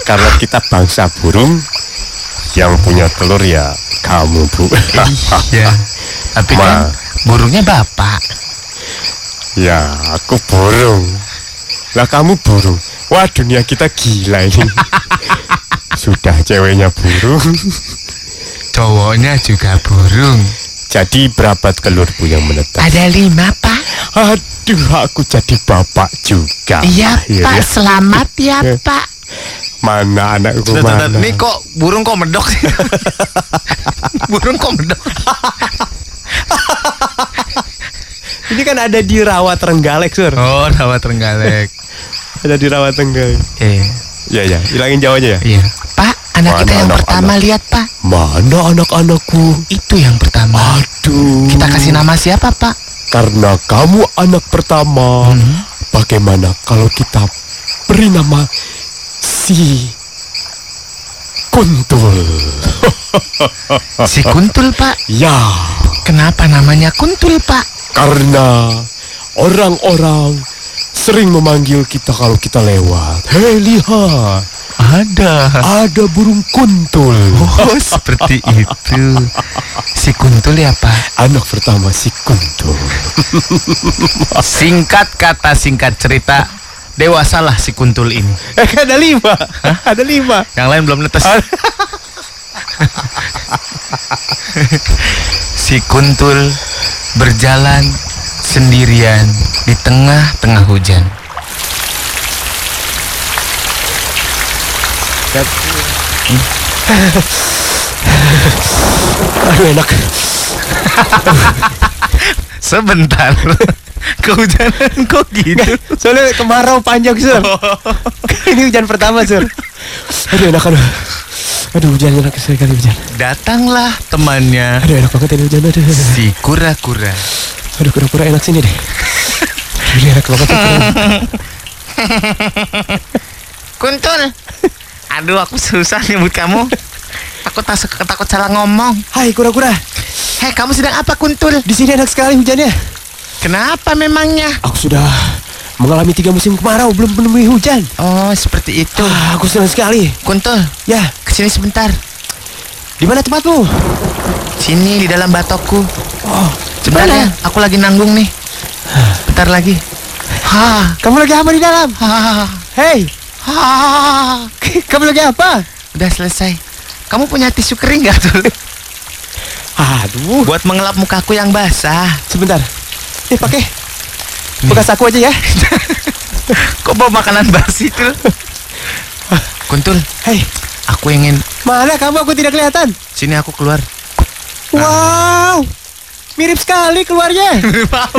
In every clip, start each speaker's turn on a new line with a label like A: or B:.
A: Karena kita bangsa burung, yang punya telur ya kamu, Bu.
B: Iya. Tapi kan burungnya Bapak.
A: Ya, aku burung. Lah kamu burung. Wah, dunia kita gila ini. Sudah ceweknya burung,
B: Cowoknya juga burung.
A: jadi berapa telur, Bu, yang menetas?
B: Ada 5, Pak.
A: Aduh, aku jadi bapak juga.
B: Iya,
A: akhirnya.
B: Pak. Selamat ya, Pak.
A: Mana anakku, mana?
B: Nih kok burung kok medok sih? Burung kok medok?
A: Ini kan ada di rawa Trenggalek, Sur.
B: Oh, rawa Trenggalek.
A: Ada di rawa Trenggalek. Ya, hilangin Jawanya ya.
B: Iya. Pak, anak
A: Mana
B: kita yang
A: anak-anak?
B: pertama, lihat, Pak.
A: Mana anak-anakku?
B: Itu yang pertama.
A: Aduh.
B: Kita kasih nama siapa, Pak?
A: Karena kamu anak pertama, bagaimana kalau kita beri nama si Kuntul?
B: Si Kuntul, Pak.
A: Ya,
B: Kenapa namanya Kuntul, Pak?
A: karena orang-orang sering memanggil kita kalau kita lewat. Hei, lihat, ada burung kuntul.
B: Oh, seperti itu. Si Kuntul ya, Pak.
A: Anak pertama si Kuntul.
B: Singkat kata, singkat cerita, dewasalah si Kuntul ini.
A: Ada 5. Ada 5.
B: Yang lain belum netes. Si Kuntul berjalan sendirian di tengah-tengah hujan.
A: Aduh, enak.
B: Sebentar. Kehujanan kok gitu?
A: Soalnya kemarau panjang, Sur. Ini hujan pertama, Sur. Aduh, enak, aduh. Aduh, hujan enak sekali hujan.
B: Datanglah temannya,
A: Aduh, enak banget ini hujan. Aduh.
B: si kura-kura.
A: Aduh, kura-kura enak sini deh. Aduh, enak banget.
B: Kuntul. Aduh, aku susah nyebut kamu. Aku takut salah ngomong.
A: Hai, kura-kura.
B: Hei, kamu sedang apa, Kuntul?
A: Di sini enak sekali hujannya.
B: Kenapa memangnya?
A: Aku sudah mengalami 3 musim kemarau, belum menemui hujan.
B: Oh, seperti itu.
A: Aku senang sekali.
B: Kuntul,
A: Ya,
B: kesini sebentar.
A: di mana tempatmu?
B: Sini di dalam batokku.
A: Oh,
B: Sebentar
A: mana?
B: ya, aku lagi nanggung nih. Bentar lagi.
A: Kamu lagi apa di dalam? Hei, kamu lagi apa?
B: Udah selesai. Kamu punya tisu kering gak tuh?
A: Aduh,
B: Buat mengelap mukaku yang basah.
A: sebentar. Pakai bekas aku aja ya.
B: Kok bawa makanan basi tuh? Kuntul,
A: Hei,
B: aku ingin.
A: mana kamu? Aku tidak kelihatan.
B: Sini aku keluar.
A: Wow, mirip sekali keluarnya.
B: Mirip apa?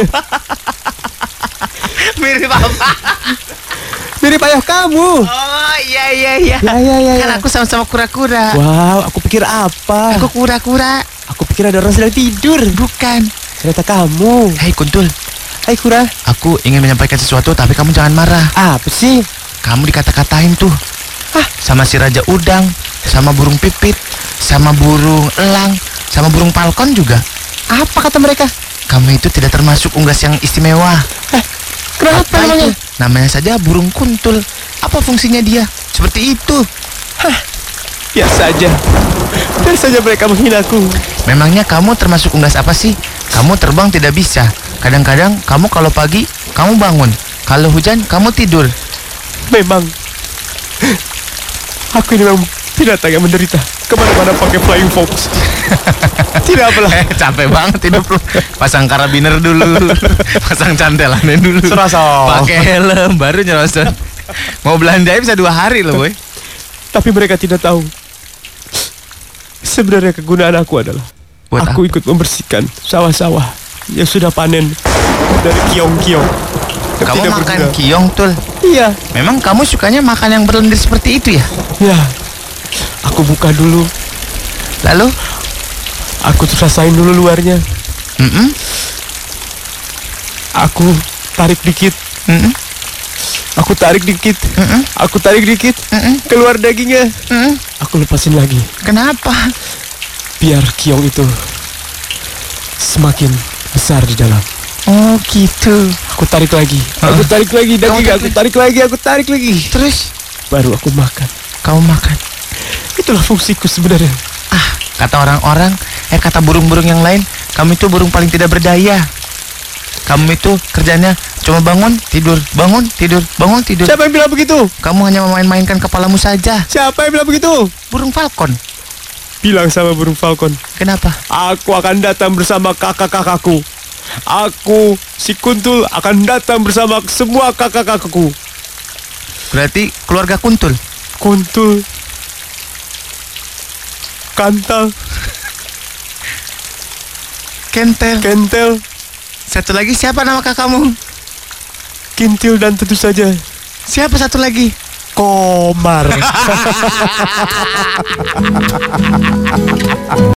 B: Mirip apa?
A: Mirip ayah kamu.
B: Oh, iya.
A: Ya.
B: Kan aku sama-sama kura-kura.
A: Wow, aku pikir apa?
B: Aku kura-kura.
A: Aku pikir ada orang sedang tidur.
B: Bukan.
A: Ternyata kamu.
B: Hei Kuntul,
A: Hai kura.
B: aku ingin menyampaikan sesuatu, tapi kamu jangan marah.
A: Apa sih?
B: Kamu dikata-katain tuh. Sama si Raja Udang, sama burung pipit, sama burung elang, sama burung falcon juga.
A: Apa kata mereka?
B: Kamu itu tidak termasuk unggas yang istimewa.
A: Kenapa
B: Apa
A: namanya?
B: itu? Namanya saja burung kuntul. Apa fungsinya dia? Seperti itu.
A: Biasa saja. Biasa saja mereka menghinaku.
B: Memangnya kamu termasuk unggas apa sih? Kamu terbang tidak bisa. Kadang-kadang kamu kalau pagi, kamu bangun. Kalau hujan, kamu tidur.
A: Memang aku ini memang binatang yang menderita. Kemana-mana pakai flying fox. Tidak apalah.
B: Capek banget hidup lu. Pasang karabiner dulu. Pasang cantelannya dulu.
A: Serasa.
B: Pakai helm, baru nyerosot. Mau belanja bisa 2 hari loh, boy.
A: Tapi mereka tidak tahu. Sebenarnya kegunaan aku adalah
B: Buat
A: aku ikut membersihkan sawah-sawah yang sudah panen dari kiong-kiong.
B: Kamu
A: Tidak
B: makan
A: berguna.
B: kiong, Tul.
A: Iya.
B: Memang kamu sukanya makan yang berlendir seperti itu ya?
A: Ya. Aku buka dulu.
B: Lalu?
A: Aku rasain dulu luarnya. Aku tarik dikit. Aku tarik dikit. Aku tarik dikit. Keluar dagingnya. Aku lepasin lagi.
B: Kenapa?
A: Biar kiong itu semakin besar di dalam.
B: Oh gitu.
A: Aku tarik lagi. Aku tarik lagi daging.
B: Kamu
A: Aku tarik lagi. Aku tarik lagi.
B: Terus?
A: Baru aku makan.
B: kamu makan.
A: Itulah fungsiku sebenarnya.
B: Kata orang-orang, kata burung-burung yang lain, kamu itu burung paling tidak berdaya. Kamu itu kerjanya cuma bangun, tidur, bangun, tidur, bangun, tidur.
A: Siapa yang bilang begitu?
B: Kamu hanya memain-mainkan kepalamu saja.
A: Siapa yang bilang begitu?
B: Burung falcon.
A: Bilang sama burung falcon,
B: Kenapa?
A: aku akan datang bersama kakak-kakakku. Aku, si Kuntul, akan datang bersama semua kakak-kakakku.
B: Berarti keluarga kuntul.
A: Kuntul, Kantal,
B: Kentel.
A: Kentel,
B: Satu lagi siapa nama kakakmu?
A: Kintil, dan tentu saja
B: Siapa satu lagi?
A: Komar.